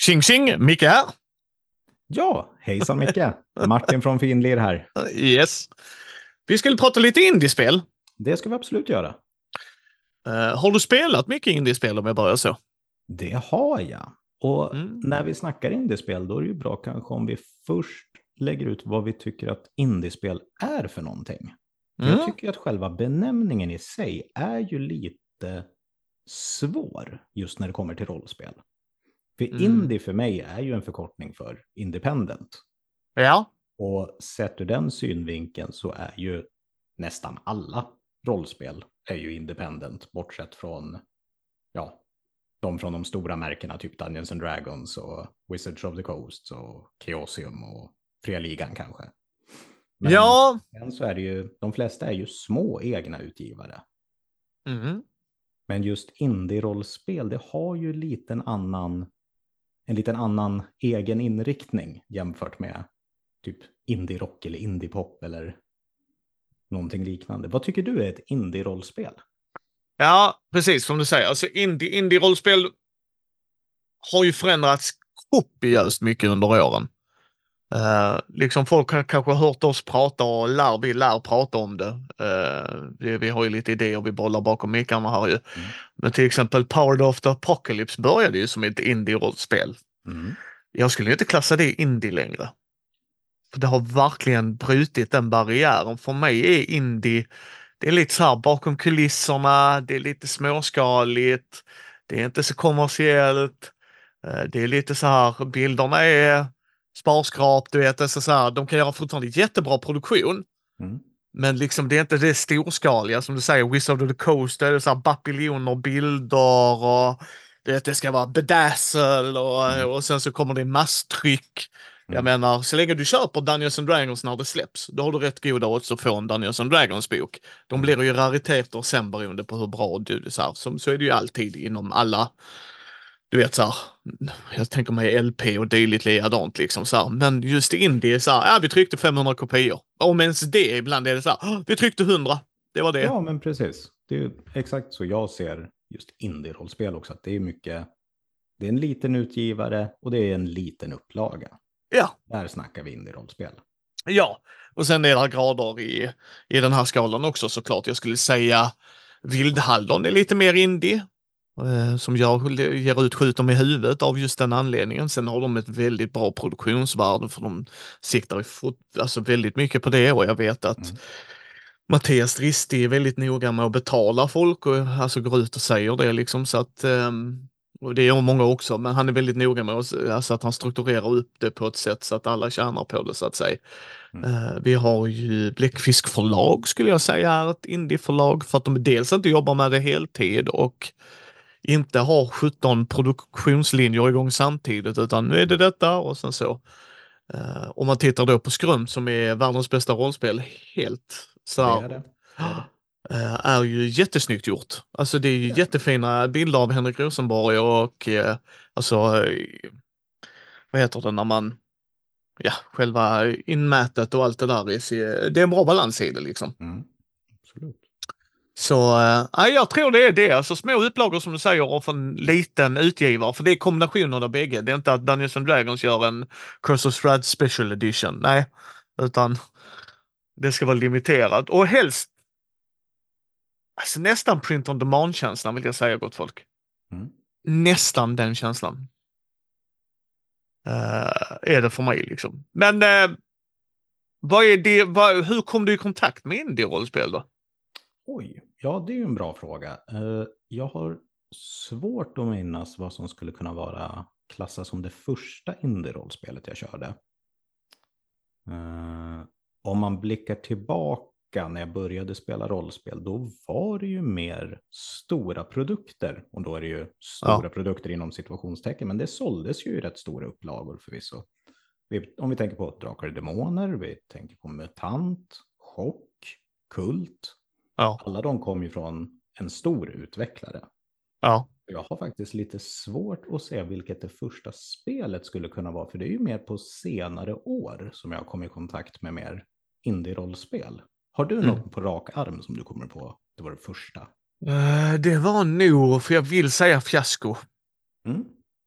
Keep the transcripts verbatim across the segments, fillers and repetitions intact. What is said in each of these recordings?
Tjing tjing, Micke här. Ja, hejsan Micke. Martin från Finlir här. Yes. Vi skulle prata lite indiespel. Det ska vi absolut göra. Uh, har du spelat mycket indiespel om jag börjar så? Det har jag. Och Mm. när vi snackar indiespel då är det ju bra kanske om vi först lägger ut vad vi tycker att indiespel är för någonting. Mm. Jag tycker att själva benämningen i sig är ju lite svår just när det kommer till rollspel. För Mm. indie för mig är ju en förkortning för independent. Ja. Och sett ur den synvinkeln så är ju nästan alla rollspel är ju independent, bortsett från ja, de från de stora märkena typ Dungeons and Dragons och Wizards of the Coast och Chaosium och Fria Ligan kanske. Men Ja. än så är det ju, de flesta är ju små egna utgivare. Mm. Men just indie-rollspel, det har ju lite annan, en liten annan egen inriktning jämfört med typ indie-rock eller indie-pop eller någonting liknande. Vad tycker du är ett indie-rollspel? Ja, precis som du säger. Alltså indie, indie-rollspel har ju förändrats kopiöst mycket under åren. Uh, liksom folk har kanske hört oss prata och lär, vi lär prata om det. Uh, vi, vi har ju lite idéer vi bollar bakom mickarna här ju. Mm. Men till exempel Power of the Apocalypse började ju som ett indie-rollspel. Mm. Jag skulle inte klassa det indie längre. För det har verkligen brutit den barriären. För mig är indie, det är lite så här bakom kulisserna, det är lite småskaligt, det är inte så kommersiellt, det är lite så här, bilderna är sparskrap, du vet, så här, de kan göra fortfarande jättebra produktion. Mm. Men liksom det är inte det storskaliga som du säger, Wizard of the Coast, det är så här bapiljoner bilder och det, det ska vara bedazzle och, mm. och sen så kommer det masstryck. Jag mm. menar, så länge du köper Dungeons and Dragons när det släpps, då har du rätt goda odds att få en Dungeons and Dragons bok. De blir ju rariteter sen beroende på hur bra du är. Så, här. Så, så är det ju alltid inom alla, du vet så här, jag tänker mig L P och dylikt likadant liksom så här. Men just i indie är så här, ja vi tryckte femhundra kopior. Om ens det, ibland är det så här, vi tryckte hundra. Det var det. Ja, men precis. Det är ju exakt så jag ser just indie-rollspel också. Att det är mycket, det är en liten utgivare och det är en liten upplaga. Ja. Där snackar vi indie-rollspel. Ja, och sen är det grader i, i den här skalan också såklart. Jag skulle säga Vildhallon är lite mer indie. Eh, som jag ger ut skjuter med huvudet av just den anledningen. Sen har de ett väldigt bra produktionsvärde för de siktar i fot, alltså väldigt mycket på det. Och jag vet att mm. Mattias Dristi är väldigt noga med att betala folk och alltså går ut och säger det liksom så att um, och det är många också, men han är väldigt noga med att, alltså att han strukturerar upp det på ett sätt så att alla tjänar på det så att säga. Mm. Uh, vi har ju Bläckfisk förlag skulle jag säga är ett indieförlag för att de dels inte jobbar med det heltid och inte har sjutton produktionslinjer igång samtidigt utan nu är det detta och sen så. Uh, om man tittar då på Skrum som är världens bästa rollspel helt så här, det är det. Det är det. är ju jättesnyggt gjort. Alltså det är ju ja. jättefina bilder av Henrik Rosenborg och eh, alltså vad heter det när man ja, själva inmätet och allt det där är, det är en bra balans i det liksom. Mm. Absolut. Så äh, jag tror det är det. Alltså små upplagor som du säger och för en liten utgivare. För det är kombinationen av bägge. Det är inte att Dungeons and Dragons gör en Curse of Strahd Special Edition. Nej, utan det ska vara limiterat. Och helst alltså nästan print on demand-känslan vill jag säga gott folk. Mm. Nästan den känslan. Uh, är det för mig liksom. Men uh, vad är det, vad, hur kom du i kontakt med indie-rollspel då? Oj, ja det är ju en bra fråga. Uh, jag har svårt att minnas vad som skulle kunna vara klassat som det första indie-rollspelet jag körde. Uh, om man blickar tillbaka när jag började spela rollspel, då var det ju mer stora produkter. Och då är det ju stora ja. produkter inom situationstecken, men det såldes ju i rätt stora upplagor förvisso. Vi, om vi tänker på Drakar och Demoner, vi tänker på Mutant, Chock, Kult. Ja. Alla de kom ju från en stor utvecklare. Ja. Jag har faktiskt lite svårt att se vilket det första spelet skulle kunna vara, för det är ju mer på senare år som jag kom i kontakt med mer indie-rollspel. Har du mm. något på rak arm som du kommer på? Det var det första. Uh, det var nog, för jag vill säga fiasko. Mm.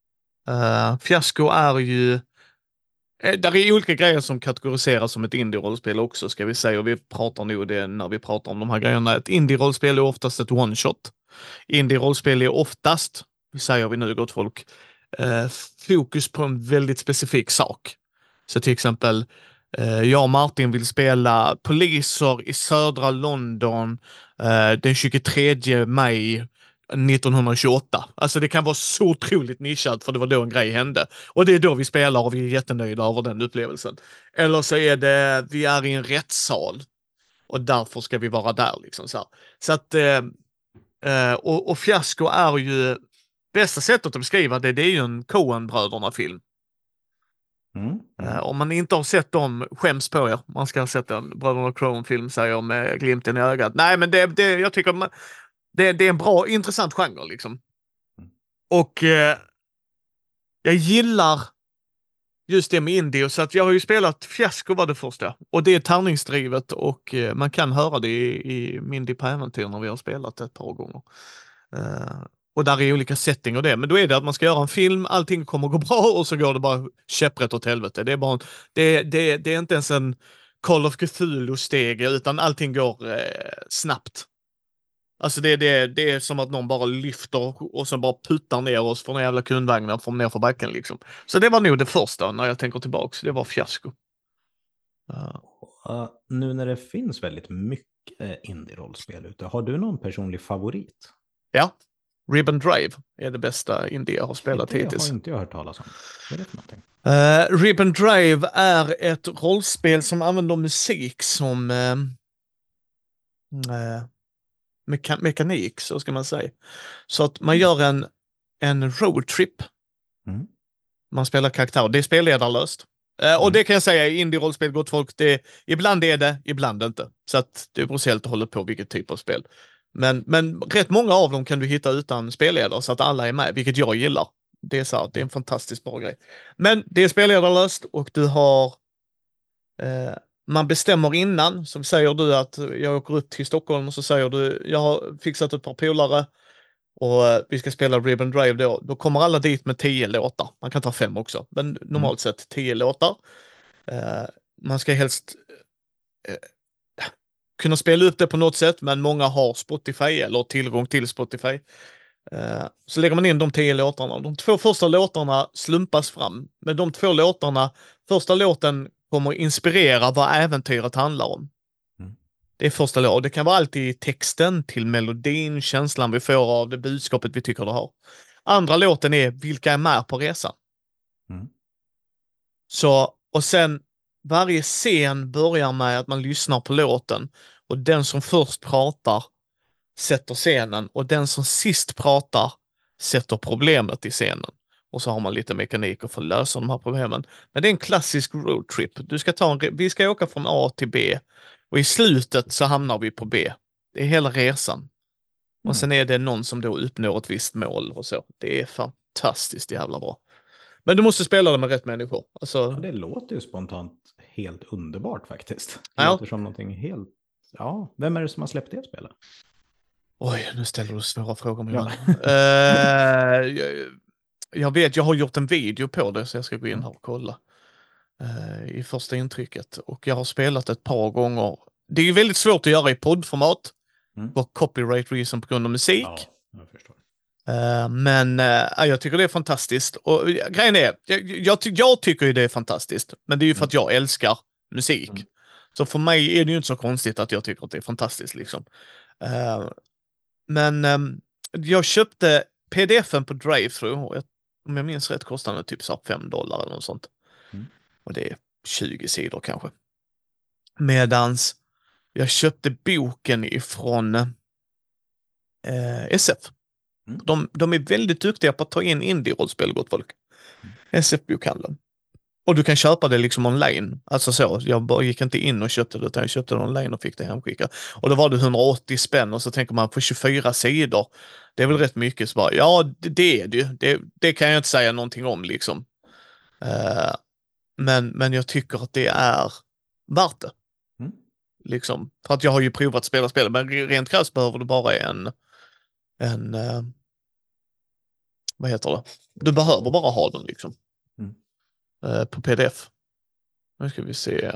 Uh, Fiasko är ju... eh, Där är olika grejer som kategoriseras som ett indie-rollspel också, ska vi säga. Och vi pratar nog det när vi pratar om de här grejerna. Ett indie-rollspel är oftast ett one-shot. Indie-rollspel är oftast, säger vi nu gott folk, eh, fokus på en väldigt specifik sak. Så till exempel, eh, jag och Martin vill spela poliser i södra London eh, den tjugotredje maj nittonhundratjugoåtta. Alltså det kan vara så otroligt nischat för det var då en grej hände. Och det är då vi spelar och vi är jättenöjda över den upplevelsen. Eller så är det, vi är i en rättssal och därför ska vi vara där liksom så här. Så att eh, Eh, och, och Fiasko är ju, bästa sättet att beskriva det, det är ju en Coen-bröderna-film. Mm, Eh, mm. om man inte har sett dem, skäms på er. Man ska ha sett en Bröderna Coen-film, säger jag med glimten i ögat. Nej, men det, det, jag tycker man, det, det är en bra, intressant genre liksom. Och eh, jag gillar just det med indie, så att jag har ju spelat Fiasko var det första. Och det är tärningsdrivet och eh, man kan höra det i, i Mindy på äventyr när vi har spelat ett par gånger. Uh, och där är olika setting och det, men då är det att man ska göra en film, allting kommer gå bra och så går det bara käpprätt åt helvete. Det är, bara, det, det, det är inte ens en Call of Cthulhu-steg, utan allting går eh, snabbt. Alltså det, det, det är som att någon bara lyfter och sen bara puttar ner oss från en jävla kundvagnen från ner för backen liksom. Så det var nog det första när jag tänker tillbaks. Det var Fiasko. Uh. Uh, nu när det finns väldigt mycket indie-rollspel ute, har du någon personlig favorit? Ja, Ribbon Drive är det bästa indie jag har spelat det hittills. Det har inte jag hört talas om. Vad är det för någonting? Uh, Ribbon Drive är ett rollspel som använder musik som uh, uh, meka mekanik, så ska man säga. Så att man gör en, en roadtrip. Mm. Man spelar karaktär. Det är spelledarlöst. Uh, mm. Och det kan jag säga, indie-rollspel, gott folk, det, ibland är det, ibland inte. Så att det beror helt och hållet på vilket typ av spel. Men, men rätt många av dem kan du hitta utan spelledare så att alla är med, vilket jag gillar. Det är så här, det är en fantastiskt bra grej. Men det är spelledarlöst och du har eh, man bestämmer innan, som säger du att jag åker upp till Stockholm och så säger du jag har fixat ett par polare och eh, vi ska spela Ribbon Drive då. Då kommer alla dit med tio låtar. Man kan ta fem också, men normalt mm. sett tio låtar. Eh, man ska helst eh, kunna spela upp det på något sätt, men många har Spotify eller tillgång till Spotify. Uh, så lägger man in de tio låtarna. De två första låtarna slumpas fram. Men de två låtarna, första låten kommer inspirera vad äventyret handlar om. Mm. Det är första låten. Det kan vara alltid texten till melodin, känslan vi får av det, budskapet vi tycker det har. Andra låten är vilka är med på resan. Mm. Så, och sen varje scen börjar med att man lyssnar på låten och den som först pratar sätter scenen och den som sist pratar sätter problemet i scenen. Och så har man lite mekanik för att lösa de här problemen. Men det är en klassisk roadtrip. Du ska ta en, vi ska åka från A till B och i slutet så hamnar vi på B. Det är hela resan. Mm. Och sen är det någon som då uppnår ett visst mål och så. Det är fantastiskt jävla bra. Men du måste spela det med rätt människor. Alltså... Ja, det låter ju spontant helt underbart faktiskt. Det ja. låter som någonting helt... Ja, vem är det som har släppt det spelet? Oj, nu ställer du svåra frågor med ja. uh, jag, jag vet, jag har gjort en video på det så jag ska gå in här och kolla. Uh, I första intrycket. Och jag har spelat ett par gånger. Det är ju väldigt svårt att göra i poddformat. Mm. På copyright reason på grund av musik. Ja, jag förstår. Uh, men uh, jag tycker det är fantastiskt. Och uh, grejen är, jag, jag, ty jag tycker ju det är fantastiskt. Men det är ju för mm. att jag älskar musik. Mm. Så för mig är det ju inte så konstigt att jag tycker att det är fantastiskt liksom. Uh, Men um, jag köpte pdf-en på Drive-thru och jag, om jag minns rätt kostade det typ så fem dollar eller något sånt. Mm. Och det är tjugo sidor kanske. Medans jag köpte boken ifrån eh, S F. Mm. De, de är väldigt duktiga på att ta in indie-rollspel, gott folk. Mm. S F-bokhandeln. Och du kan köpa det liksom online. Alltså så, jag bara gick inte in och köpte det utan jag köpte det online och fick det hemskickat. Och då var det hundraåttio spänn och så tänker man på tjugofyra sidor. Det är väl rätt mycket. Så bara, ja, det, det är det ju. Det, det kan jag inte säga någonting om liksom. Uh, men, men jag tycker att det är värt det. Mm. Liksom. För att jag har ju provat spela spel, men rent krasst behöver du bara en, en uh, vad heter det? Du behöver bara ha den liksom. Mm. Uh, på P D F. Nu ska vi se.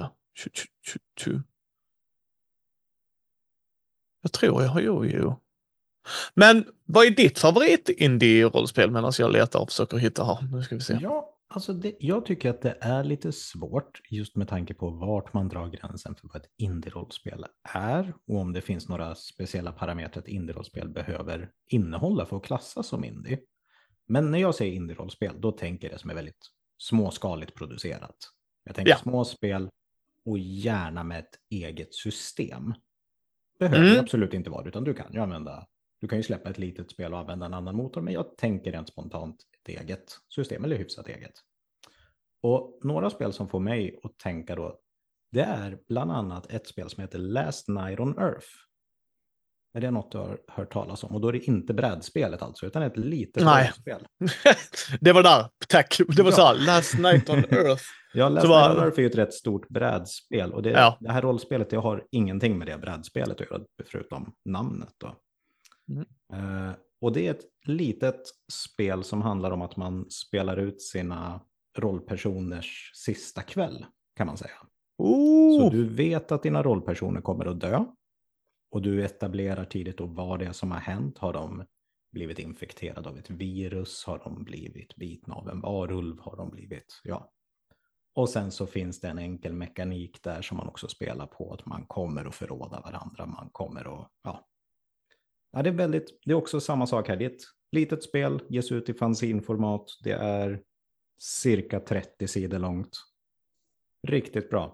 Jag tror jag har jo, jo. Men vad är ditt favorit indie-rollspel medan jag letar och försöker hitta här? Nu ska vi se. Ja, alltså det, jag tycker att det är lite svårt just med tanke på vart man drar gränsen för vad ett indie-rollspel är och om det finns några speciella parametrar ett indie-rollspel behöver innehålla för att klassas som indie. Men när jag säger indie-rollspel, då tänker jag det som är väldigt småskaligt producerat. Jag tänker Ja. små spel och gärna med ett eget system. Behöver Mm. det absolut inte vara, utan du kan ju använda, du kan ju släppa ett litet spel och använda en annan motor, men jag tänker rent spontant ett eget system, eller hyfsat eget. Och några spel som får mig att tänka då, det är bland annat ett spel som heter Last Night on Earth. Är det något du har hört talas om? Och då är det inte brädspelet alltså, utan ett litet rollspel. Det var där, tack. Det var Ja. så här, Last Night on Earth. Ja, Last var... Night on Earth är ju ett rätt stort brädspel. Och det, ja. det här rollspelet, det har ingenting med det brädspelet att göra, förutom namnet då. Mm. Uh, och det är ett litet spel som handlar om att man spelar ut sina rollpersoners sista kväll, kan man säga. Oh. Så du vet att dina rollpersoner kommer att dö. Och du etablerar tidigt då vad det är som har hänt. Har de blivit infekterade av ett virus? Har de blivit bitna av en varulv? Har de blivit, ja. Och sen så finns det en enkel mekanik där som man också spelar på. Att man kommer att förråda varandra. Man kommer att, ja. Ja, det är väldigt, det är också samma sak här. Det är ett litet spel, ges ut i fanzinformat. Det är cirka trettio sidor långt. Riktigt bra.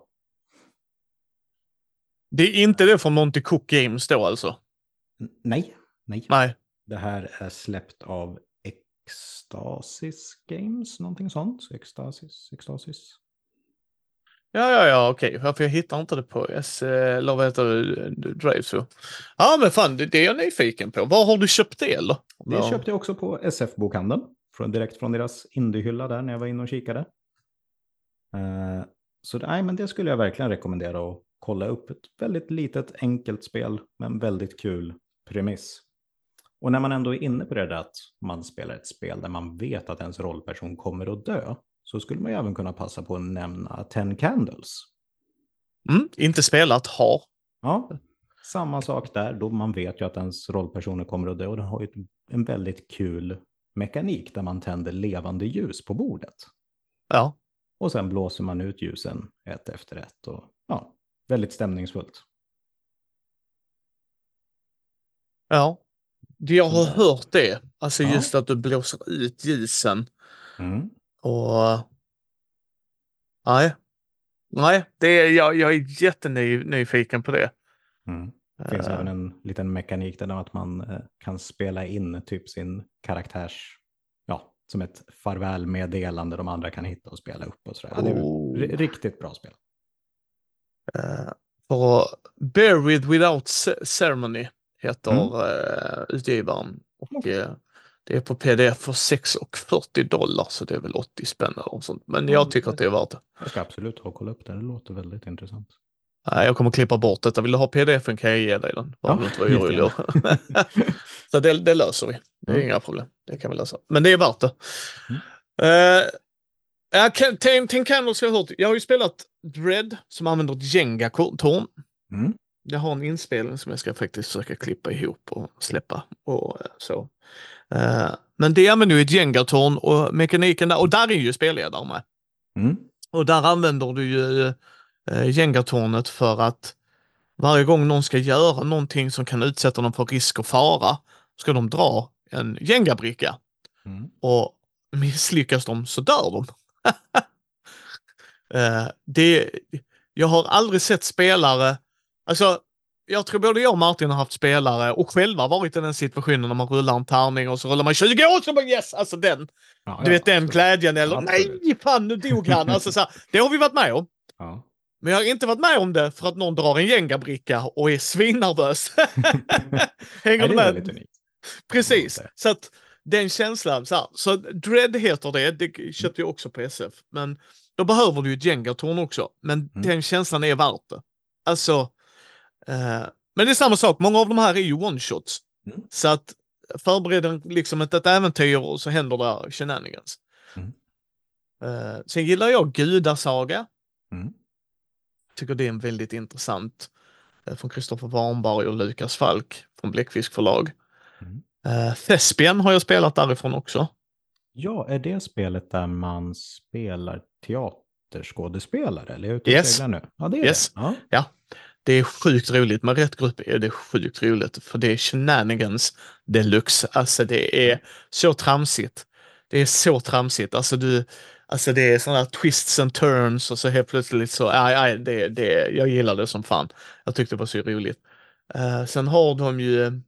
Det är inte det från Monty Cook Games då alltså? N- nej, nej. Nej. Det här är släppt av Extasis Games, någonting sånt. Extasis, Extasis. Ja, ja, ja, okej. För jag hittar inte det på S, eller vad heter det, Drive så. Ja, men fan, det, det är jag nyfiken på. Var har du köpt det eller? Det ja. köpte jag också på S F-bokhandeln. Från, direkt från deras indiehylla där när jag var inne och kikade. Uh, så nej, men det skulle jag verkligen rekommendera att kolla upp. Ett väldigt litet, enkelt spel, men väldigt kul premiss. Och när man ändå är inne på det där att man spelar ett spel där man vet att ens rollperson kommer att dö, så skulle man ju även kunna passa på att nämna Ten Candles. Mm, inte spelat, har. Ja, samma sak där. Då man vet ju att ens rollpersoner kommer att dö. Och den har ju en väldigt kul mekanik där man tänder levande ljus på bordet. Ja. Och sen blåser man ut ljusen ett efter ett. Och, ja, väldigt stämningsfullt. Ja. Jag har hört det. Alltså ja. just att du blåser ut ljusen. Mm. Och... Nej. Nej, det är, jag, jag är jättenyfiken på det. Mm. Det finns uh. även en liten mekanik där att man eh, kan spela in typ sin karaktärs, ja, som ett farvälmeddelande de andra kan hitta och spela upp och sådär. Ja, det är oh. r- riktigt bra spel. Uh, för Buried Without Ceremony heter mm. uh, utgivaren. Och okay. uh, det är på P D F för sex och fyrtio dollar, så det är väl åttio spänn och sånt. Men mm, jag tycker att det är värt det. Jag ska absolut ha kolla upp det. Det låter väldigt intressant. Nej, jag kommer klippa bort detta. Vill du ha P D F-en kan jag ge dig den. Ja, inte så det, det löser vi. Det är mm. inga problem. Det kan vi lösa. Men det är värt det. Mm. Uh, jag, Ten, Ten Candles jag har hört. Jag har ju spelat Dread som använder ett Jenga-torn. Mm. Jag har en inspelning som jag ska faktiskt försöka klippa ihop och släppa. Och så. Uh, men det använder ju ett Jenga-torn och mekaniken där. Och där är ju spelledare med. Mm. Och där använder du ju uh, Jenga-tornet för att varje gång någon ska göra någonting som kan utsätta dem för risk och fara ska de dra en Jenga-bricka. Mm. Och misslyckas de så dör de. uh, det, jag har aldrig sett spelare, alltså jag tror både jag och Martin har haft spelare och själva varit i den situationen när man rullar en tärning och så rullar man tjugo och så bara yes, alltså den. Ja, du ja, vet den absolut. glädjen eller Absolut. nej fan nu dog han. Alltså, så här, det har vi varit med om. Ja. Men jag har inte varit med om det för att någon drar en Jenga-bricka och är svinnervös. Hänger du med? Väldigt unikt. Precis. Så att den känslan, så här. Så Dread heter det, det köpte jag också på S F. Men då behöver du ju ett Jenga-torn också. Men mm. den känslan är värt det. Alltså, eh, men det är samma sak, många av de här är ju one-shots. Mm. Så att förbereder liksom ett, ett äventyr och så händer där shenanigans. Mm. Uh, sen gillar jag Gudasaga. Mm. Tycker det är en väldigt intressant uh, från Kristoffer Warnberg och Lukas Falk från Bläckfisk förlag. Mm. Uh, Thespian har jag spelat därifrån också. Ja, är det spelet där man spelar teaterskådespelare? Eller är jag ute och Yes. seglar nu? Ja, det är Yes. det. Ja. Ja. Det är sjukt roligt. Med rätt grupp är det sjukt roligt. För det är shenanigans deluxe. Alltså det är så tramsigt. Det är så tramsigt. Alltså, du, alltså det är sådana twists and turns och så helt plötsligt så, aj, aj, det, det, jag gillar det som fan. Jag tyckte det var så roligt. Uh, sen har de ju,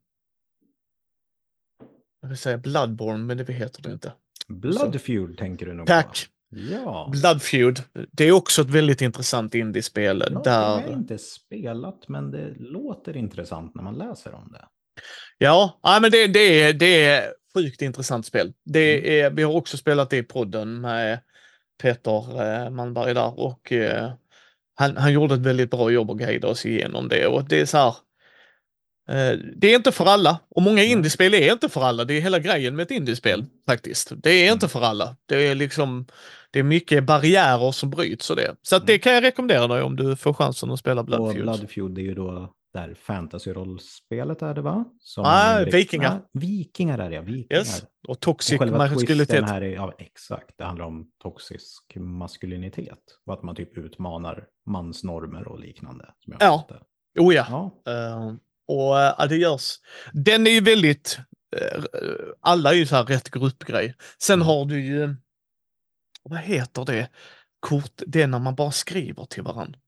jag vill säga Bloodborne, men det heter det inte. Bloodfeud tänker du nog Tack. på. Ja. Bloodfeud. Det är också ett väldigt intressant indiespel. Ja, där... det har jag inte spelat, men det låter intressant när man läser om det. Ja, ja men det, det, är, det är sjukt intressant spel. Det är, vi har också spelat det i podden med Peter eh, Malmberg där och eh, han, han gjorde ett väldigt bra jobb och guida oss igenom det. Och det är så här, eh, det är inte för alla. Och många Nej. indiespel är inte för alla. Det är hela grejen med ett indiespel faktiskt. Det är Mm. inte för alla. Det är liksom, det är mycket barriärer som bryts och det. Så att det kan jag rekommendera dig om du får chansen att spela Bloodfeud. Och Bloodfeud är ju då där fantasy-rollspelet är det, va? Som Ah, enligt- vikingar. Nej, vikingar är det, vikingar. Yes. Och toxic Och själva maskulinitet. twisten här är, ja exakt, det handlar om toxisk maskulinitet. Och att man typ utmanar mansnormer och liknande. Som jag har Ja. fattat det. Oh ja. Ja. Uh, och uh, ja, det görs. Den är ju väldigt, uh, alla är ju så här rätt gruppgrej. Sen Mm. har du ju, vad heter det? Kort, det är när man bara skriver till varandra.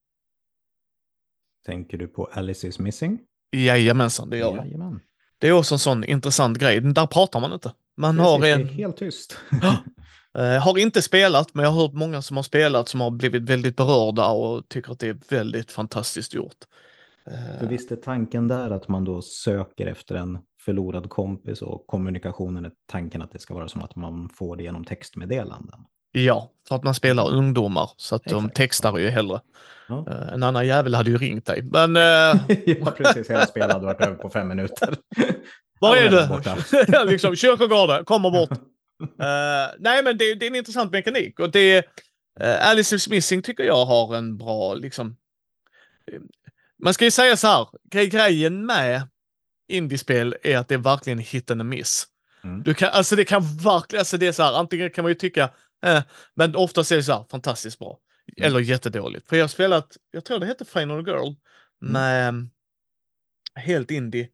Tänker du på Alice is missing? Jajamensan, det gör jag. Jajamän. Det är också en sån intressant grej. Där pratar man inte. Man Precis, har det är en... helt tyst. Uh, har inte spelat, men jag har hört många som har spelat som har blivit väldigt berörda och tycker att det är väldigt fantastiskt gjort. Uh, För visst är tanken där att man då söker efter en förlorad kompis och kommunikationen är tanken att det ska vara som att man får det genom textmeddelanden. Ja, för att man spelar ungdomar så att de Exakt. textar ju hellre. Ja. Uh, en annan jävel hade ju ringt dig. Men... Uh, ja, precis. Hela spelet hade varit över på fem minuter. var är där borta. du? liksom, kyrkogården, kommer bort. Uh, nej, men det, det är en intressant mekanik. Och det, uh, Alice is Missing tycker jag har en bra, liksom... Uh, man ska ju säga så här, gre grejen med indiespel är att det är verkligen hit and a miss. Mm. Du kan, alltså det kan verkligen, alltså det är så här, antingen kan man ju tycka, eh, men oftast är det så här, fantastiskt bra. Mm. Eller jättedåligt. För jag har spelat, jag tror det heter Final Girl, med mm. helt indie.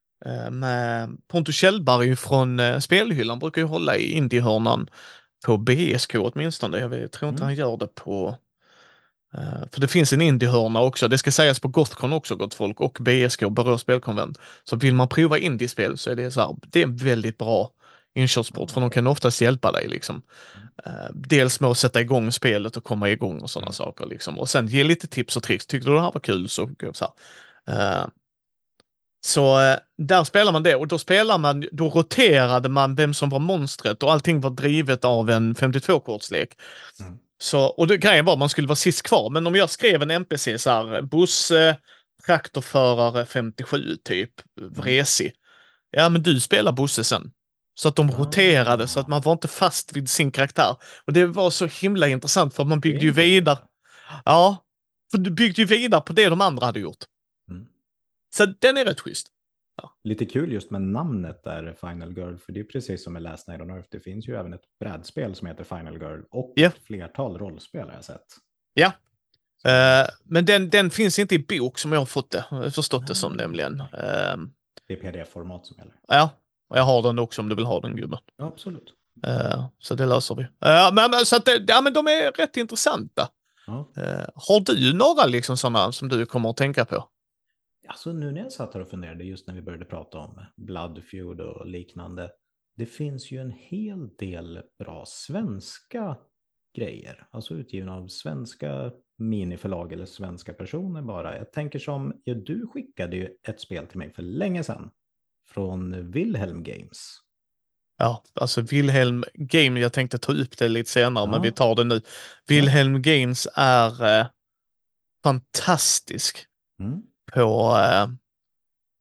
Med Pontus Kjellberg från uh, Spelhyllan brukar ju hålla i indiehörnan på B S K åtminstone. Jag, vet, jag tror inte Mm. han gör det på... Uh, för det finns en indiehörna också. Det ska sägas på Gothcon också, gott folk, och B S K, Borås spelkonvent. Så vill man prova indiespel så är det så här, det är en väldigt bra inkörsport, för de kan oftast hjälpa dig liksom. Uh, dels med att sätta igång spelet och komma igång och sådana mm. saker liksom. Och sen ge lite tips och tricks. Tyckte du det här var kul så, så här. Uh, Så eh, där spelar man det, och då spelar man, då roterade man vem som var monstret och allting var drivet av en femtiotvå-kortslek. Mm. Så, och det, grejen var man skulle vara sist kvar, men om jag skrev en N P C så här, busse, traktorförare femtiosju typ, vresig. Ja, men du spelar busse sen. Så att de ah. roterade så att man var inte fast vid sin karaktär. Och det var så himla intressant för man byggde ju vidare. Ja, för du byggde ju vidare på det de andra hade gjort. Mm. Så den är rätt schysst. Ja. Lite kul just med namnet där, Final Girl, för det är precis som med Last Night on Earth. Det finns ju även ett brädspel som heter Final Girl och yeah. ett flertal rollspel har jag sett. Ja, uh, men den, den finns inte i bok som jag har fått det, jag har förstått mm. det som nämligen. Uh, det är P D F-format som gäller. Ja, och jag har den också om du vill ha den, gubben. Ja, absolut. Uh, så det löser vi. Uh, men, så att det, ja, men de är rätt intressanta. Ja. Uh, har du några liksom sådana som du kommer att tänka på? Alltså nu när jag satt här och funderade just när vi började prata om Bloodfeud och liknande. Det finns ju en hel del bra svenska grejer. Alltså utgivna av svenska miniförlag eller svenska personer bara. Jag tänker som, ja, du skickade ju ett spel till mig för länge sedan. Från Wilhelm Games. Ja, alltså Wilhelm Games, jag tänkte ta upp det lite senare, ja. Men vi tar det nu. Wilhelm ja. Games är eh, fantastisk. Mm. På, eh,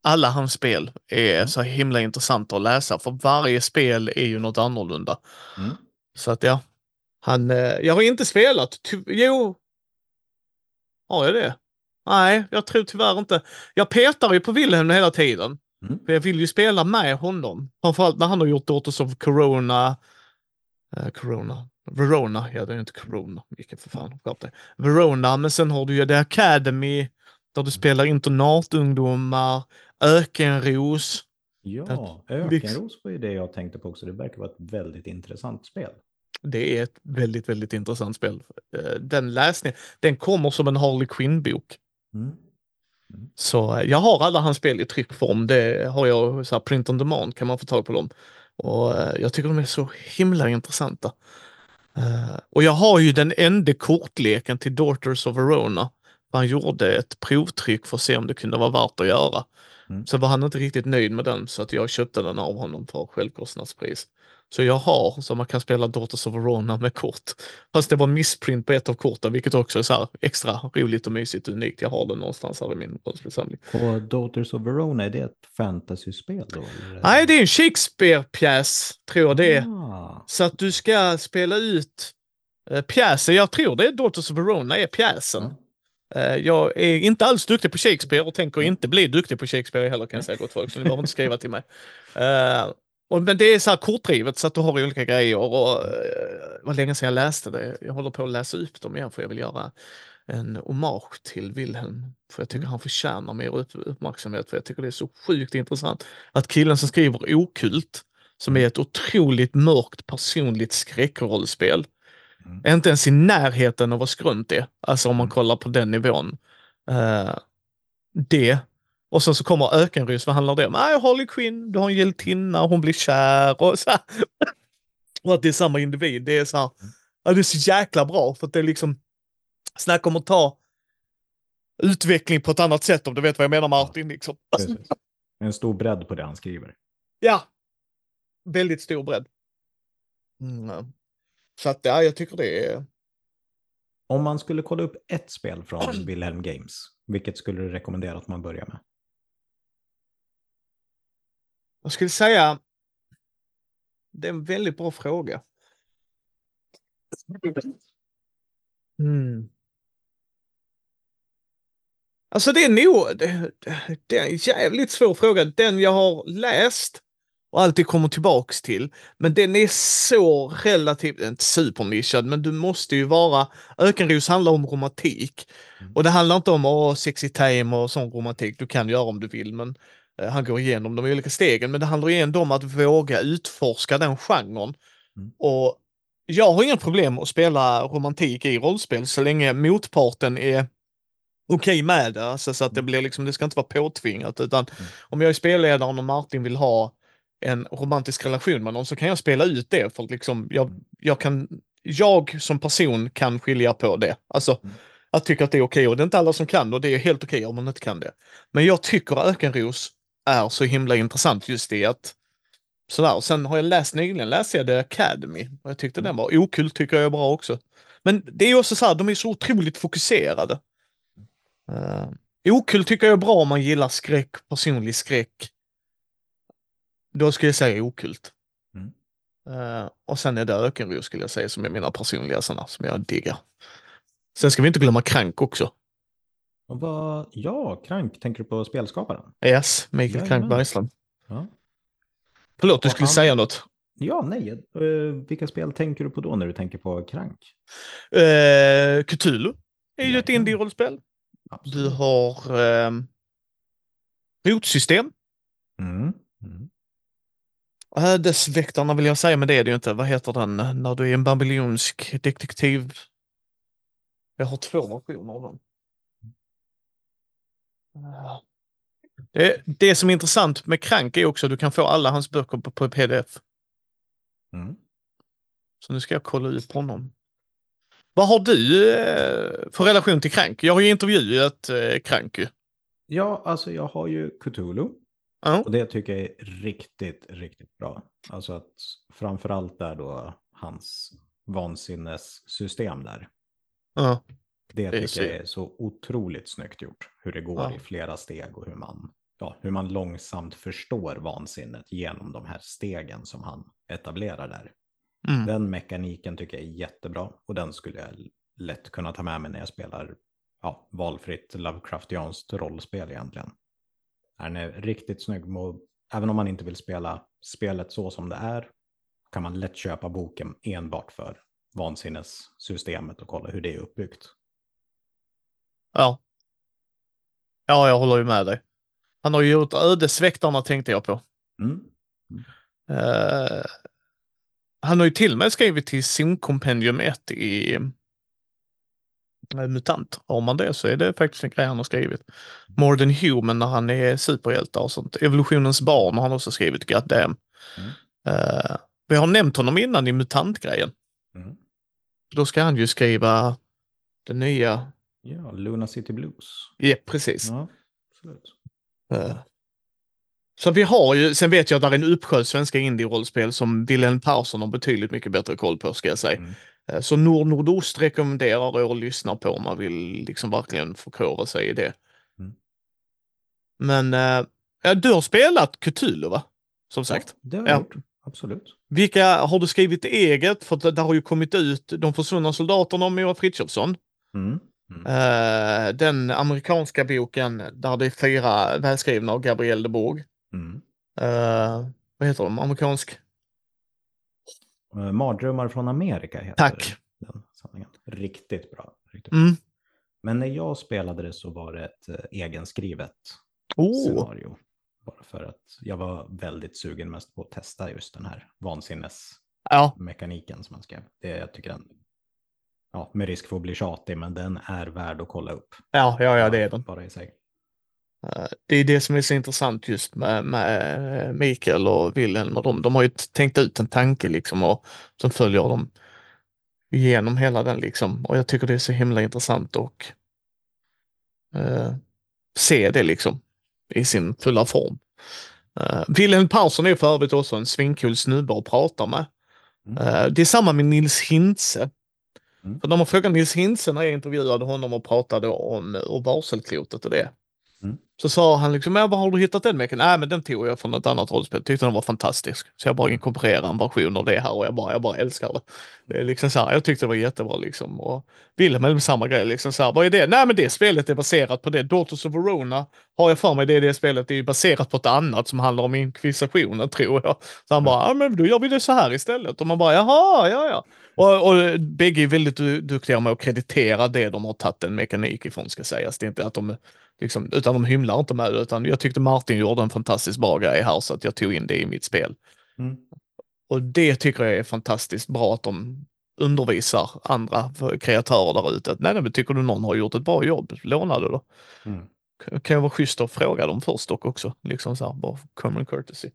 alla hans spel är Mm. så himla intressanta att läsa, för varje spel är ju något annorlunda. Mm. Så att ja, han, eh, jag har inte spelat, ty- jo, har jag det? Nej, jag tror tyvärr inte. Jag petar ju på Wilhelm hela tiden. Mm. För jag vill ju spela med honom. Framförallt när han har gjort Daughters of Corona. Eh, Corona. Verona, ja det är inte Corona. Vilken för fan, skärp dig. Verona, men sen har du ju The Academy. Där du spelar internatungdomar. Ökenros. Ja, Liksom- Ökenros var ju det jag tänkte på också. Det verkar vara ett väldigt intressant spel. Det är ett väldigt, väldigt intressant spel. Eh, Den läsningen, den kommer som en Harley Quinn-bok. Mm. Mm. Så eh, jag har alla hans spel i tryckform. Det har jag så här print on demand, kan man få tag på dem. Och eh, jag tycker de är så himla intressanta. Eh, och jag har ju den enda kortleken till Daughters of Verona. Han gjorde ett provtryck för att se om det kunde vara värt att göra. Mm. Så var han inte riktigt nöjd med den, så att jag köpte den av honom för självkostnadspris. Så jag har, så man kan spela Daughters of Verona med kort. Fast det var missprint på ett av korten, vilket också är så här extra roligt och mysigt och unikt. Jag har den någonstans här i min rollspelsamling. Och Daughters of Verona, är det ett fantasyspel då? Eller? Nej, det är en Shakespeare-pjäs, tror jag det är. Ah. Så att du ska spela ut eh, pjäsen. Jag tror det är Daughters of Verona är pjäsen. Ja. Eh, jag är inte alls duktig på Shakespeare och tänker inte bli duktig på Shakespeare heller, kan jag säga, gott folk. Så ni behöver inte skriva till mig. Eh, och, men det är så här kortdrivet så att du har olika grejer. Och, uh, det var länge sedan jag läste det. Jag håller på att läsa upp dem igen för jag vill göra en hommage till Wilhelm. För jag tycker Mm. han förtjänar mer upp, uppmärksamhet. För jag tycker det är så sjukt intressant att killen som skriver Okult, som är ett otroligt mörkt personligt skräckrollspel, Mm. är inte ens i närheten av vad skrunt är. Alltså om man Mm. kollar på den nivån. Uh, det. Och sen så kommer Ökenrys, vad handlar det om? Ah, Harley Quinn, du har en hjältinna, hon blir kär och så här. Och att det är samma individ. Det är så här, ja, det är så jäkla bra för att det är liksom, snacka om att ta utveckling på ett annat sätt, om du vet vad jag menar, Martin. Liksom. Precis. En stor bredd på det han skriver. Ja, väldigt stor bredd. Mm. Så att ja, jag tycker det är... Om man skulle kolla upp ett spel från Wilhelm Games, vilket skulle du rekommendera att man börjar med? Jag skulle säga, det är en väldigt bra fråga. Mm. Alltså det är nog, det, det är en jävligt svår fråga. Den jag har läst och alltid kommer tillbaks till. Men den är så relativt, inte supernischad, men du måste ju vara, Ökenros handlar om romantik. Mm. Och det handlar inte om oh, sexy time och sån romantik, du kan göra om du vill, men eh, han går igenom de olika stegen. Men det handlar ju ändå om att våga utforska den genren. Mm. Och jag har inga problem att spela romantik i rollspel så länge motparten är okej okay med det, alltså, så att det blir liksom, det ska inte vara påtvingat, utan Mm. om jag är spelledaren och Martin vill ha en romantisk relation med någon så kan jag spela ut det för att liksom, jag, jag kan, jag som person kan skilja på det. Alltså, Mm. jag tycker att det är okej okay, och det är inte alla som kan och det är helt okej okay om man inte kan det. Men jag tycker Ökenros är så himla intressant just det att sådär. Och sen har jag läst nyligen, läste jag The Academy och jag tyckte den var okult, tycker jag är bra också. Men det är ju också så här, de är så otroligt fokuserade. Uh, okult tycker jag är bra om man gillar skräck, personlig skräck. Då skulle jag säga okult. Mm. Uh, och sen är det Ökenros skulle jag säga som är mina personliga sådana som jag diggar. Sen ska vi inte glömma Krank också. Och vad, ja, Krank, tänker du på spelskaparen? Yes, Mikael Jajamän. Krank Bergström. Ja. Förlåt, du Och skulle han- säga något. Ja, nej. Uh, vilka spel tänker du på då när du tänker på Krank? Uh, Cthulhu är ju ett Jajamän. indie-rollspel. Absolut. Du har um, rotsystem. Mm. Mm. Ödesväktarna vill jag säga, men det är det ju inte. Vad heter den? När du är en babylonsk detektiv. Jag har två versioner av dem. Det, det som är intressant med Krank är också att du kan få alla hans böcker på, på P D F. Mm. Så nu ska jag kolla upp honom. Vad har du eh, för relation till Krank? Jag har ju intervjuat eh, Krank ju. Ja, alltså jag har ju Cthulhu. Ja. Och det tycker jag är riktigt, riktigt bra. Alltså att framförallt där då hans vansinnessystem där. Ja. Det Det är tycker så- jag är så otroligt snyggt gjort. Hur det går Ja. i flera steg och hur man ja, hur man långsamt förstår vansinnet genom de här stegen som han etablerar där. Mm. Den mekaniken tycker jag är jättebra och den skulle jag lätt kunna ta med mig när jag spelar ja, valfritt Lovecraftianskt rollspel egentligen. Den är riktigt snygg, och även om man inte vill spela spelet så som det är kan man lätt köpa boken enbart för vansinnessystemet och kolla hur det är uppbyggt. Ja. Ja, jag håller ju med dig. Han har ju gjort Ödesväktarna tänkte jag på. Mm. Mm. Uh, han har ju till och med skrivit till Zon-kompendium ett i uh, MUTANT. Har man det så är det faktiskt en grej han har skrivit. More than Human när han är superhjälte och sånt. Evolutionens barn har han också skrivit, goddamn. Mm. Uh, vi har nämnt honom innan i MUTANT-grejen. Mm. Då ska han ju skriva det nya. Ja, Luna City Blues. Ja, precis. Ja, absolut. Uh. Så vi har ju, sen vet jag att det är en uppsjö svenska indie-rollspel som Wilhelm Persson har betydligt mycket bättre koll på, ska jag säga. Mm. Så Nord-Nordost rekommenderar jag att lyssna på om man vill liksom verkligen förkovra sig i det. Mm. Men äh, du har spelat Cthulhu, va? Som sagt. Ja, det har jag ja. gjort. Absolut. Vilka har du skrivit eget? För det har ju kommit ut De försvunna soldaterna om Moa Frithiofsson. Mm. Mm. Uh, den amerikanska boken där det är fyra välskrivna av Gabriel de Bourg. Mm. Uh, vad heter de? Amerikansk? Uh, Mardrömmar från Amerika heter Tack. Den sanningen. Riktigt bra. Riktigt bra. Mm. Men när jag spelade det så var det ett uh, egenskrivet oh. scenario. Bara för att jag var väldigt sugen mest på att testa just den här vansinnesmekaniken ja. som man skrev. Det jag tycker den, ja, med risk för att bli tjatig, men den är värd att kolla upp. Ja, ja, ja det är den. Bara i sig. Det är det som är så intressant just med, med Mikael och Wilhelm och de. De har ju tänkt ut en tanke liksom och som följer dem igenom hela den liksom. Och jag tycker det är så himla intressant och uh, se det liksom i sin fulla form. Uh, Wilhelm Persson är för övrigt också en svinkul snubbe att prata med. Mm. Uh, det är samma med Nils Hintze. Mm. För när man frågar Nils Hintze när jag intervjuade honom och pratade om Urvarselklotet och det. Mm. Så sa han liksom, ja, vad har du hittat den meken? Nej, men den tog jag från ett annat rollspel. Tyckte den var fantastisk. Så jag bara inkorporerar en version av det här och jag bara, jag bara älskar det. Det är liksom så här, jag tyckte det var jättebra liksom. Och Wilhelm är samma grej liksom så här, vad är det? Nej, men det spelet är baserat på det. Daughters of Verona har jag för mig det, det spelet är baserat på ett annat som handlar om inkvisitionen, tror jag. Så han bara, ja, men då gör vi det så här istället. Och man bara, jaha, ja, ja. Och, och bägge är väldigt duktiga med att kreditera det de har tagit en mekanik ifrån, ska sägas. Det är inte att de liksom, utan de hymlar inte med det, utan jag tyckte Martin gjorde en fantastiskt bra grej här så att jag tog in det i mitt spel. Mm. Och det tycker jag är fantastiskt bra att de undervisar andra kreatörer där ute. Nej, men tycker du någon har gjort ett bra jobb? Låna det då. Mm. Kan jag vara schysst att fråga dem först och också. Liksom så här, bara common courtesy.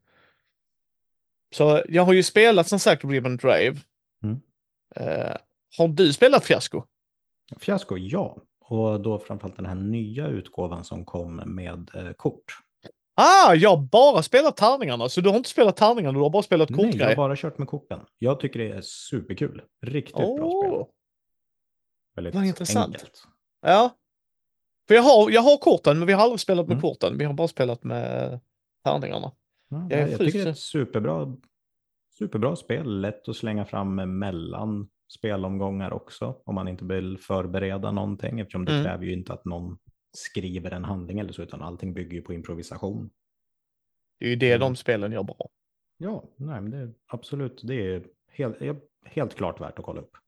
Så jag har ju spelat som sagt Ribbon Drive. Mm. Uh, har du spelat Fiasko? Fiasko, ja. Och då framförallt den här nya utgåvan som kom med eh, kort. Ah, jag har bara spelat tärningarna. Så du har inte spelat tärningarna, du har bara spelat kortgrejer? Nej, jag har bara kört med korten. Jag tycker det är superkul. Riktigt oh. bra spel. Väldigt vad intressant. Enkelt. Ja. För jag har, jag har korten, men vi har aldrig spelat med mm. korten. Vi har bara spelat med tärningarna. Ja, jag, jag tycker det är ett superbra, superbra spel. Lätt att slänga fram mellan spelomgångar också, om man inte vill förbereda någonting, eftersom det mm. kräver ju inte att någon skriver en handling eller så, utan allting bygger ju på improvisation. Det är ju det mm. de spelen gör bra. Ja, nej, men det är absolut, det är helt, helt klart värt att kolla upp.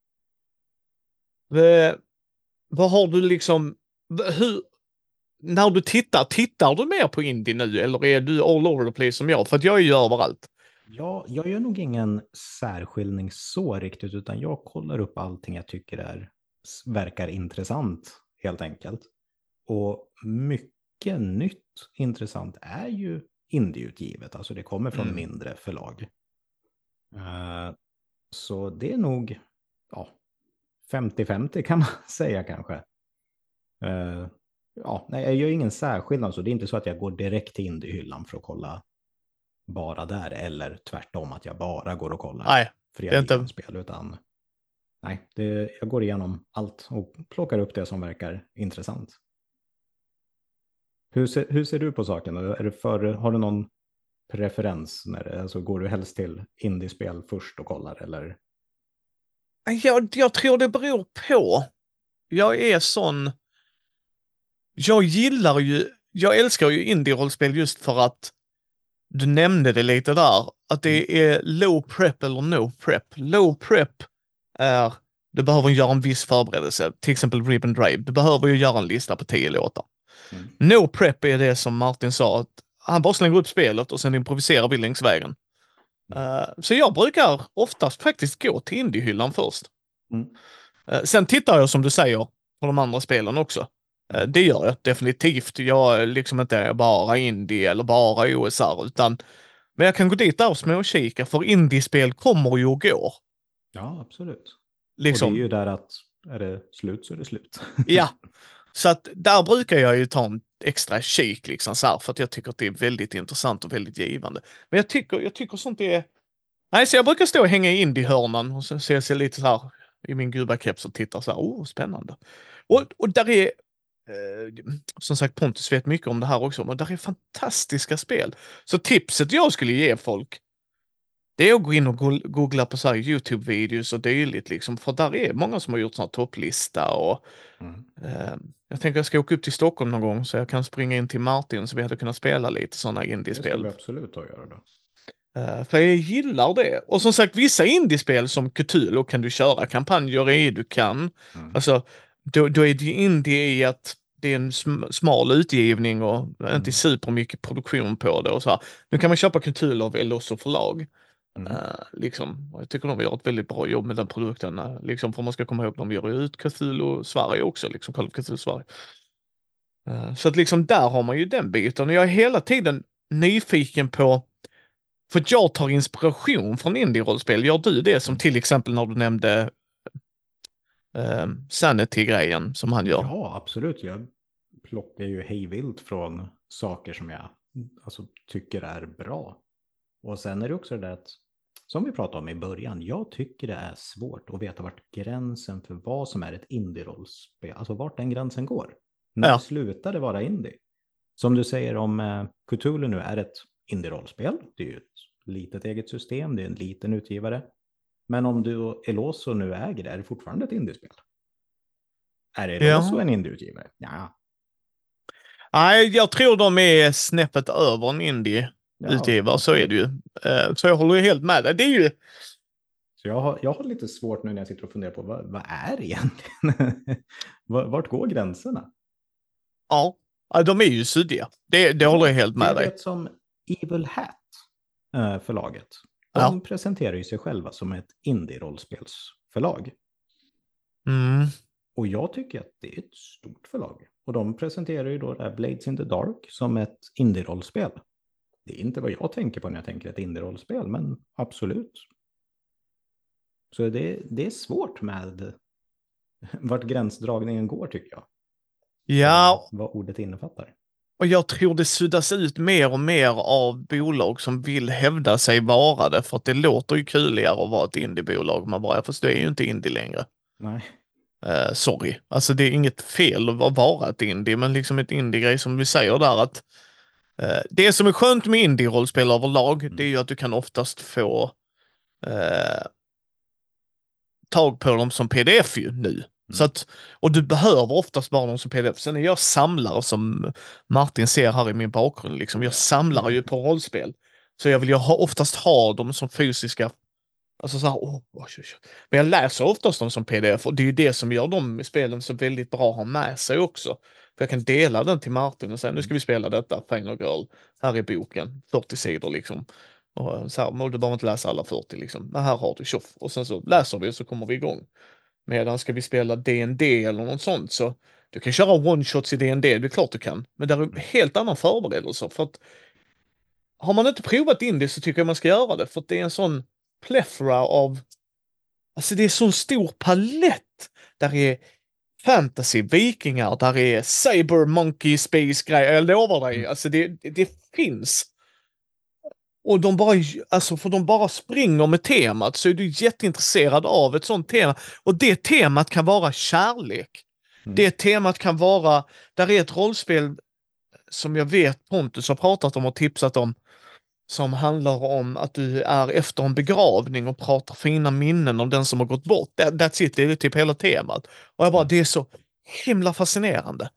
Det, vad har du liksom, hur, när du tittar, tittar du mer på indie nu eller är du all over the place som jag? För att jag är ju överallt. Ja, jag gör nog ingen särskiljning så riktigt, utan jag kollar upp allting jag tycker är, verkar intressant helt enkelt. Och mycket nytt intressant är ju indieutgivet, alltså det kommer från mm. mindre förlag. Uh, så det är nog ja, femtio femtio kan man säga kanske. Uh, ja, nej, jag gör ingen särskillnad, så det är inte så att jag går direkt till indiehyllan för att kolla bara där, eller tvärtom att jag bara går och kollar nej, fria inte... spel, utan nej, det, jag går igenom allt och plockar upp det som verkar intressant. Hur ser, hur ser du på saken? Är det för, har du någon preferens? När det, alltså, går du helst till indiespel först och kollar? Eller? Jag, jag tror det beror på. Jag är sån... Jag gillar ju... Jag älskar ju indie-rollspel just för att du nämnde det lite där. Att det är low prep eller no prep. Low prep är... Du behöver göra en viss förberedelse. Till exempel Ribbon Drive. Du behöver ju göra en lista på tio låtar. Mm. No prep är det som Martin sa. Att han bara slänger upp spelet och sen improviserar vi längs vägen. Mm. Uh, så jag brukar oftast faktiskt gå till indiehyllan först. Mm. Uh, sen tittar jag som du säger på de andra spelen också. Uh, det gör jag definitivt. Jag är liksom inte bara indie eller bara O S R utan men jag kan gå dit där och småkika för indiespel kommer ju och går. Ja, absolut. Liksom. Och det är ju där att är det slut så är det slut. Ja, så att där brukar jag ju ta en extra kik liksom så här, för att jag tycker att det är väldigt intressant och väldigt givande. Men jag tycker, jag tycker sånt är... Nej, så jag brukar stå och hänga i indie-hörnan och så ser jag lite så här i min gubbakeps och tittar så här, oh, spännande. Och, och där är, eh, som sagt, Pontus vet mycket om det här också, men där är fantastiska spel. Så tipset jag skulle ge folk, det är att gå in och googla på så här YouTube-videos och dylikt liksom, för där är många som har gjort sån här topplista och Mm. eh, jag tänker jag ska åka upp till Stockholm någon gång så jag kan springa in till Martin så vi hade kunnat spela lite sådana indiespel. Det ska vi absolut att göra då. Uh, för jag gillar det. Och som sagt, vissa indiespel som Cthulhu kan du köra kampanjer i, du kan. Mm. Alltså, då, då är det ju indie i att det är en sm smal utgivning och Mm. inte supermycket produktion på det och så här. Nu kan man köpa Cthulhu av Elosso förlag. Mm. Uh, liksom. Jag tycker de gör ett väldigt bra jobb med den produkten. Uh, liksom, för man ska komma ihåg, de gör ut Cthulhu Sverige också, liksom Call of Cthulhu Sverige. Uh, så att liksom där har man ju den biten. Och jag är hela tiden nyfiken på för att jag tar inspiration från indie-rollspel. Gör du det som till exempel när du nämnde eh, Sanity-grejen som han gör? Ja, absolut. Jag plockar ju hejvilt från saker som jag alltså, tycker är bra. Och sen är det också det där att, som vi pratade om i början, jag tycker det är svårt att veta vart gränsen för vad som är ett indie-rollspel, alltså vart den gränsen går. När Ja. slutar det vara indie? Som du säger om eh, Cthulhu nu är ett indie-rollspel. Det är ju ett litet eget system, det är en liten utgivare. Men om du Elosso nu äger det, är det fortfarande ett indiespel? Är det Elosso Ja. en indieutgivare? Ja. Nej, jag tror de är snäppet över en indie-utgivare, Ja, så är det ju. Uh, så jag håller ju helt med dig. Det är ju... Så jag har, jag har lite svårt nu när jag sitter och funderar på vad, vad är det egentligen? Vart går gränserna? Ja, de är ju suddiga. Det, det håller jag helt med dig. Det är det som Evil Hat, förlaget. De Ja. presenterar ju sig själva som ett indie-rollspelsförlag. Mm. Och jag tycker att det är ett stort förlag. Och de presenterar ju då det här Blades in the Dark som ett indie-rollspel. Det är inte vad jag tänker på när jag tänker ett indie-rollspel, men absolut. Så det, det är svårt med vart gränsdragningen går, tycker jag. Ja. Vad ordet innefattar. Och jag tror det suddas ut mer och mer av bolag som vill hävda sig vara det, för att det låter ju kuligare att vara ett indiebolag. Man bara, fast det är ju inte indie längre. Nej. Uh, sorry. Alltså det är inget fel att vara ett indie, men liksom ett indie-grej som vi säger där att uh, det som är skönt med indie-rollspel överlag, mm. det är ju att du kan oftast få uh, tag på dem som pdf ju nu. Mm. Så att, och du behöver oftast bara dem som pdf. Sen är jag samlare som Martin ser här i min bakgrund. Liksom. Jag samlar ju på rollspel. Så jag vill ju ha, oftast ha dem som fysiska. Alltså så här, oh, oh, oh, oh. Men jag läser oftast dem som pdf och det är ju det som gör de spelen så väldigt bra att ha med sig också. För jag kan dela den till Martin och säga, nu ska vi spela detta, Final Girl. Här är boken, fyrtio sidor liksom. Och så här, du behöver inte läsa alla fyrtio liksom. Men här har du, tjoff. Och sen så läser vi och så kommer vi igång. Medan ska vi spela D and D eller något sånt så du kan köra one-shots i D and D, det är klart du kan. Men det är helt annan förberedelse. För att har man inte provat indie så tycker jag man ska göra det. För att det är en sån plethora av, alltså det är så stor palett. Där är fantasy, vikingar, där är cyber monkey space grejer. Jag lovar dig, alltså det, det, det finns. Och de bara, alltså för de bara springer med temat så är du jätteintresserad av ett sånt tema. Och det temat kan vara kärlek. Mm. Det temat kan vara, där är ett rollspel som jag vet Pontus har pratat om och tipsat om, som handlar om att du är efter en begravning och pratar fina minnen om den som har gått bort. That, that's it, det är typ hela temat. Och jag bara, det är så himla fascinerande.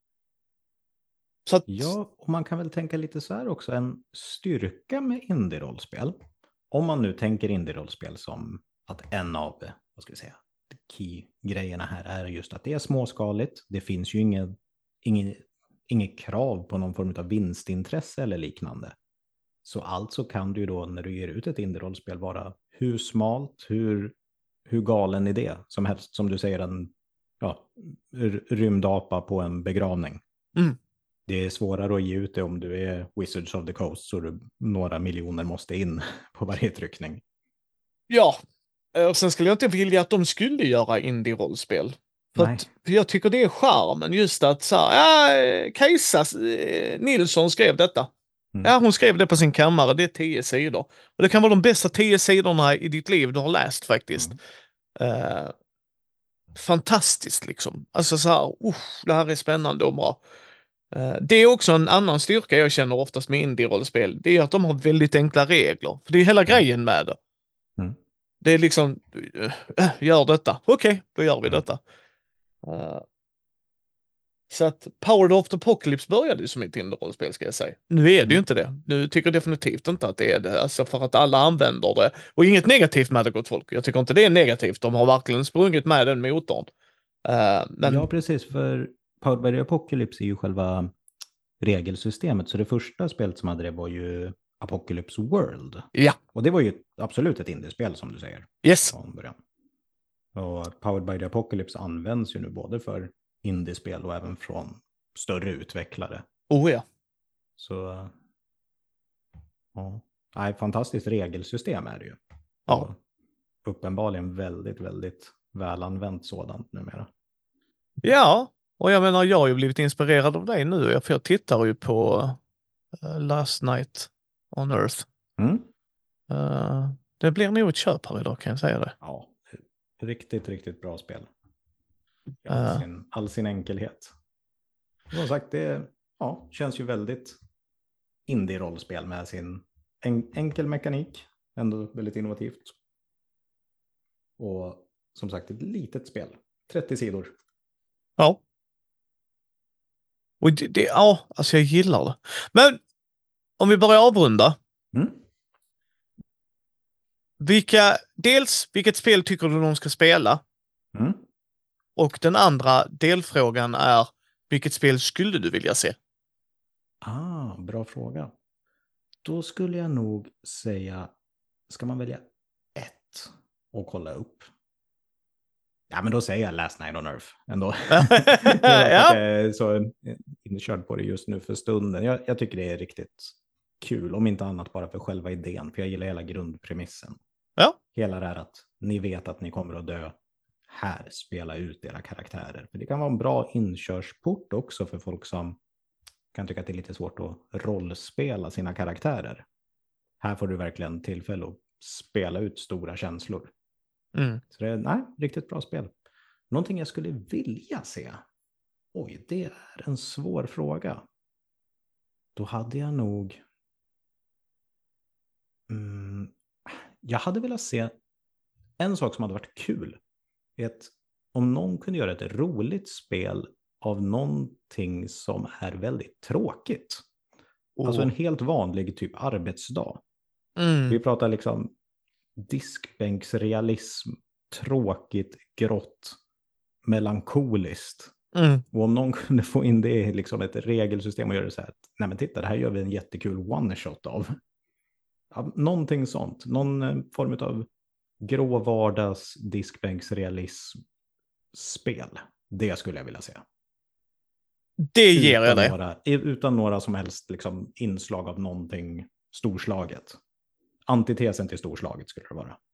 Så att, Ja, och man kan väl tänka lite så här också, en styrka med indie-rollspel, om man nu tänker indie-rollspel som att en av, vad ska vi säga, key-grejerna här är just att det är småskaligt, det finns ju inget, inget, inget krav på någon form av vinstintresse eller liknande. Så alltså kan du ju då när du ger ut ett indie-rollspel vara hur smalt, hur, hur galen idé som helst, som du säger, en ja, rymdapa på en begravning. mm. Det är svårare att ge ut det om du är Wizards of the Coast, så du, några miljoner måste in på varje tryckning. Ja, och sen skulle jag inte vilja att de skulle göra indie-rollspel. För, att, för jag tycker det är charmen just att så här, ja, Kajsa eh, Nilsson skrev detta. Mm. Ja, hon skrev det på sin kammare, det är tio sidor. Och det kan vara de bästa tio sidorna i ditt liv du har läst faktiskt. Mm. Uh, fantastiskt liksom. Alltså så här, uh, det här är spännande och bra. Uh, det är också en annan styrka jag känner oftast med indie-rollspel. Det är att de har väldigt enkla regler. För det är hela grejen med det. Mm. Det är liksom, uh, gör detta. Okej, okay, då gör vi detta. Uh, så att Powered of the Apocalypse började ju som ett indie-rollspel, ska jag säga. Nu är det mm. ju inte det. Nu tycker jag definitivt inte att det är det. Alltså för att alla använder det. Och inget negativt med det, gott folk. Jag tycker inte det är negativt. De har verkligen sprungit med den motorn. Uh, men... Ja, precis. För Powered by the Apocalypse är ju själva regelsystemet. Så det första spelet som hade det var ju Apocalypse World. Ja. Och det var ju absolut ett indiespel som du säger. Yes. Från början. Och Powered by the Apocalypse används ju nu både för indiespel och även från större utvecklare. Oh ja. Så ja, nej, fantastiskt regelsystem är det ju. Ja. Och uppenbarligen väldigt, väldigt välanvänt sådant numera. Ja, och jag menar, jag har ju blivit inspirerad av dig nu, för jag tittar ju på uh, Last Night on Earth. Mm. Uh, det blir nog ett köp här idag, kan jag säga det. Ja, riktigt, riktigt bra spel. All, uh. sin, all sin enkelhet. Som sagt, det ja, känns ju väldigt indie-rollspel med sin en, enkel mekanik. Ändå väldigt innovativt. Och som sagt, ett litet spel. trettio sidor. Ja. Och det, det, ja, alltså jag gillar det. Men om vi börjar avrunda. Mm. Vilka, dels, vilket spel tycker du de ska spela? Mm. Och den andra delfrågan är, vilket spel skulle du vilja se? Ah, bra fråga. Då skulle jag nog säga, ska man välja ett och kolla upp? Ja, men då säger jag Last Night on Earth ändå. Ja. Jag är så inkörd på det just nu för stunden. Jag, jag tycker det är riktigt kul, om inte annat bara för själva idén. För jag gillar hela grundpremissen. Ja. Hela det här att ni vet att ni kommer att dö. Här, spela ut era karaktärer. För det kan vara en bra inkörsport också för folk som kan tycka att det är lite svårt att rollspela sina karaktärer. Här får du verkligen tillfälle att spela ut stora känslor. Mm. Så det är nej, riktigt bra spel. Någonting jag skulle vilja se. Oj, det är en svår fråga. Då hade jag nog... Mm, jag hade velat se en sak som hade varit kul. Ett, om någon kunde göra ett roligt spel av någonting som är väldigt tråkigt. Oh. Alltså en helt vanlig typ arbetsdag. Mm. Vi pratar liksom diskbänksrealism, tråkigt, grått, melankoliskt. Mm. Och om någon kunde få in det i liksom ett regelsystem och göra det så här att, nej men titta, det här gör vi en jättekul one-shot av. Ja, någonting sånt. Någon form av grå vardags diskbänksrealism spel. Det skulle jag vilja se. Det ger jag dig. Några, utan några som helst liksom, inslag av någonting storslaget. Antitesen till storslaget skulle det vara.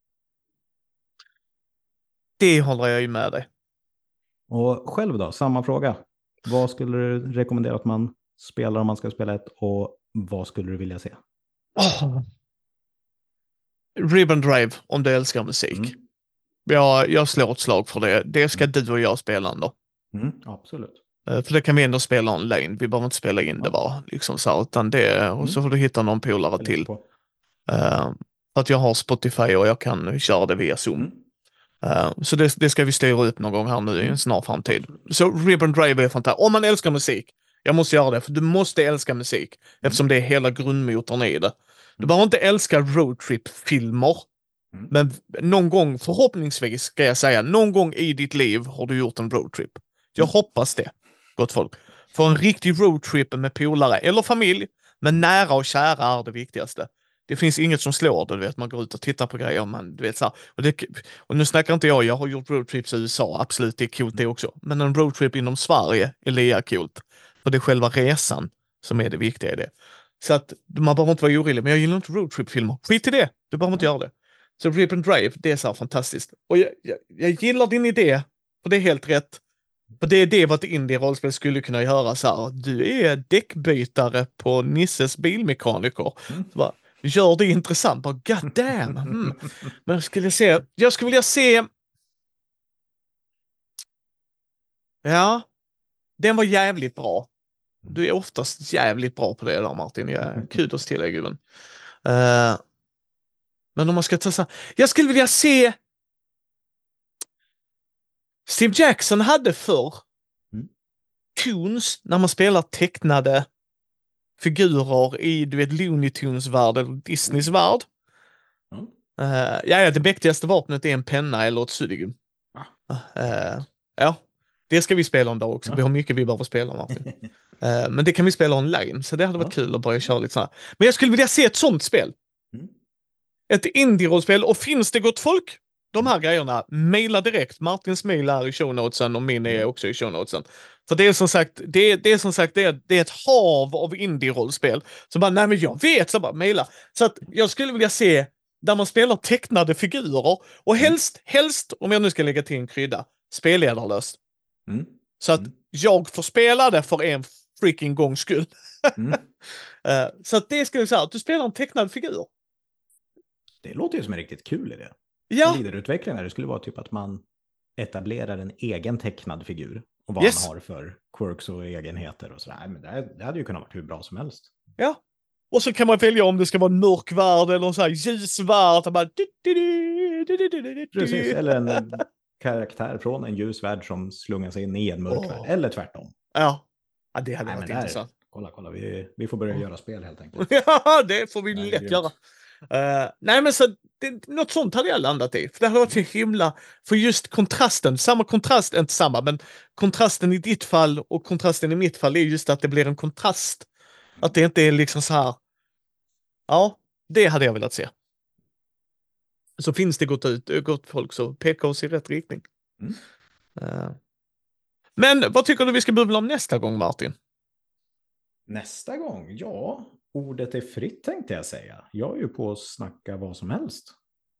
Det håller jag ju med dig. Och själv då, samma fråga. Vad skulle du rekommendera att man spelar om man ska spela ett, och vad skulle du vilja se? Oh. Ribbon Drive, om du älskar musik. Mm. Jag, jag slår ett slag för det. Det ska mm. du och jag spela ändå. Mm, absolut. Eh, För det kan vi ändå spela online. Vi behöver inte spela in det bara. Liksom så, utan det, och Mm. så får du hitta någon polare Det är lite till. på. Uh, för att jag har Spotify och jag kan köra det via Zoom. Mm. Uh, så det, det ska vi styra upp någon gång här nu i en snar framtid. Så Ribbon Drive är fantastiskt. Om man älskar musik. Jag måste göra det, för du måste älska musik. Mm. Eftersom det är hela grundmotorn i det. Du behöver inte älska roadtrip-filmer. Mm. Men någon gång, förhoppningsvis ska jag säga, någon gång i ditt liv har du gjort en roadtrip. Jag Mm. hoppas det, gott folk. För en riktig roadtrip med polare eller familj, men nära och kära är det viktigaste. Det finns inget som slår det, du vet, man går ut och tittar på grejer, man, du vet så här, och, det, och nu snackar inte jag, jag har gjort roadtrips i U S A, absolut, det är coolt det också. Men en roadtrip inom Sverige är lika coolt. För det är själva resan som är det viktiga i det. Så att man behöver inte vara orolig, men jag gillar inte roadtrip-filmer. Skit i det, du behöver inte Mm. göra det. Så Rip and Drive, det är så här fantastiskt. Och jag, jag, jag gillar din idé, för det är helt rätt. För det är det vad ett indie-rollspel skulle kunna göra så här. Du är däckbytare på Nisses bilmekaniker. Mm. Så bara, gör det intressant. Bara, god damn. Mm. Men jag skulle se, jag skulle vilja se... Ja, den var jävligt bra. Du är oftast jävligt bra på det där, Martin. Jag kudos till dig, gubben. Uh, men om man ska ta så här, jag skulle vilja se... Steve Jackson hade förr Mm. Toons när man spelar tecknade figurer i, du vet, Looney Tunes värld eller Disneys värld. Mm. Uh, ja, ja, det mäktigaste vapnet är en penna eller ett suddgum. Ah. Uh, ja, det ska vi spela en dag också. Ja. Vi har mycket vi behöver spela, Martin. uh, men det kan vi spela online, så det hade varit Ja. kul att börja köra lite så här. Men jag skulle vilja se ett sånt spel. Mm. Ett indie-rollspel, och finns det gott folk? De här grejerna, mejla direkt. Martins mejl är i show notesen och min är också i show notesen. För det är som sagt, det är, det är som sagt, det är, det är ett hav av indie-rollspel. Så bara, nej men jag vet, så bara mejla. Så att jag skulle vilja se där man spelar tecknade figurer och helst, helst, om jag nu ska lägga till en krydda, spelledarlöst. Mm. Så att Mm. jag får spela det för en freaking gångs skull. Mm. Uh, så att det skulle jag säga, att du spelar en tecknad figur. Det låter ju som en riktigt kul idé. Ja. Vidareutvecklingen det skulle vara typ att man etablerar en egen tecknad figur och vad Yes. han har för quirks och egenheter och sådär. Men det, det hade ju kunnat vara hur bra som helst. Ja. Och så kan man välja om det ska vara en mörk värld eller en sån här ljus värld. Och bara... Precis, eller en karaktär från en ljus värld som slungar sig in i en mörk Åh. värld. Eller tvärtom. Ja. Ja, det hade Nej, varit men där, intressant. kolla, kolla. Vi, vi får börja göra spel helt enkelt. Ja, det får vi Nej, lätt grymt. göra. Uh, nej, men så det, något sånt hade jag landat i. För det hade varit så himla... För just kontrasten, samma kontrast, inte samma, men kontrasten i ditt fall och kontrasten i mitt fall är just att det blir en kontrast. Att det inte är liksom så här... Ja, det hade jag velat se. Så finns det gott, ut, gott folk så pekar oss i rätt riktning. Mm. Uh. Men vad tycker du vi ska bubbla om nästa gång, Martin? Nästa gång? Ja, ordet är fritt tänkte jag säga. Jag är ju på att snacka vad som helst.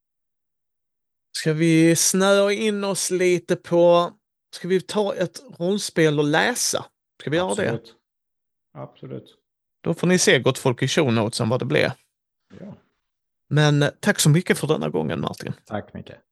Ska vi snöa in oss lite på... Ska vi ta ett rollspel och läsa? Ska vi göra det? Absolut. Absolut. Då får ni se gott folk i show notesen vad det blir. Ja. Men tack så mycket för denna gången, Martin. Tack Micke.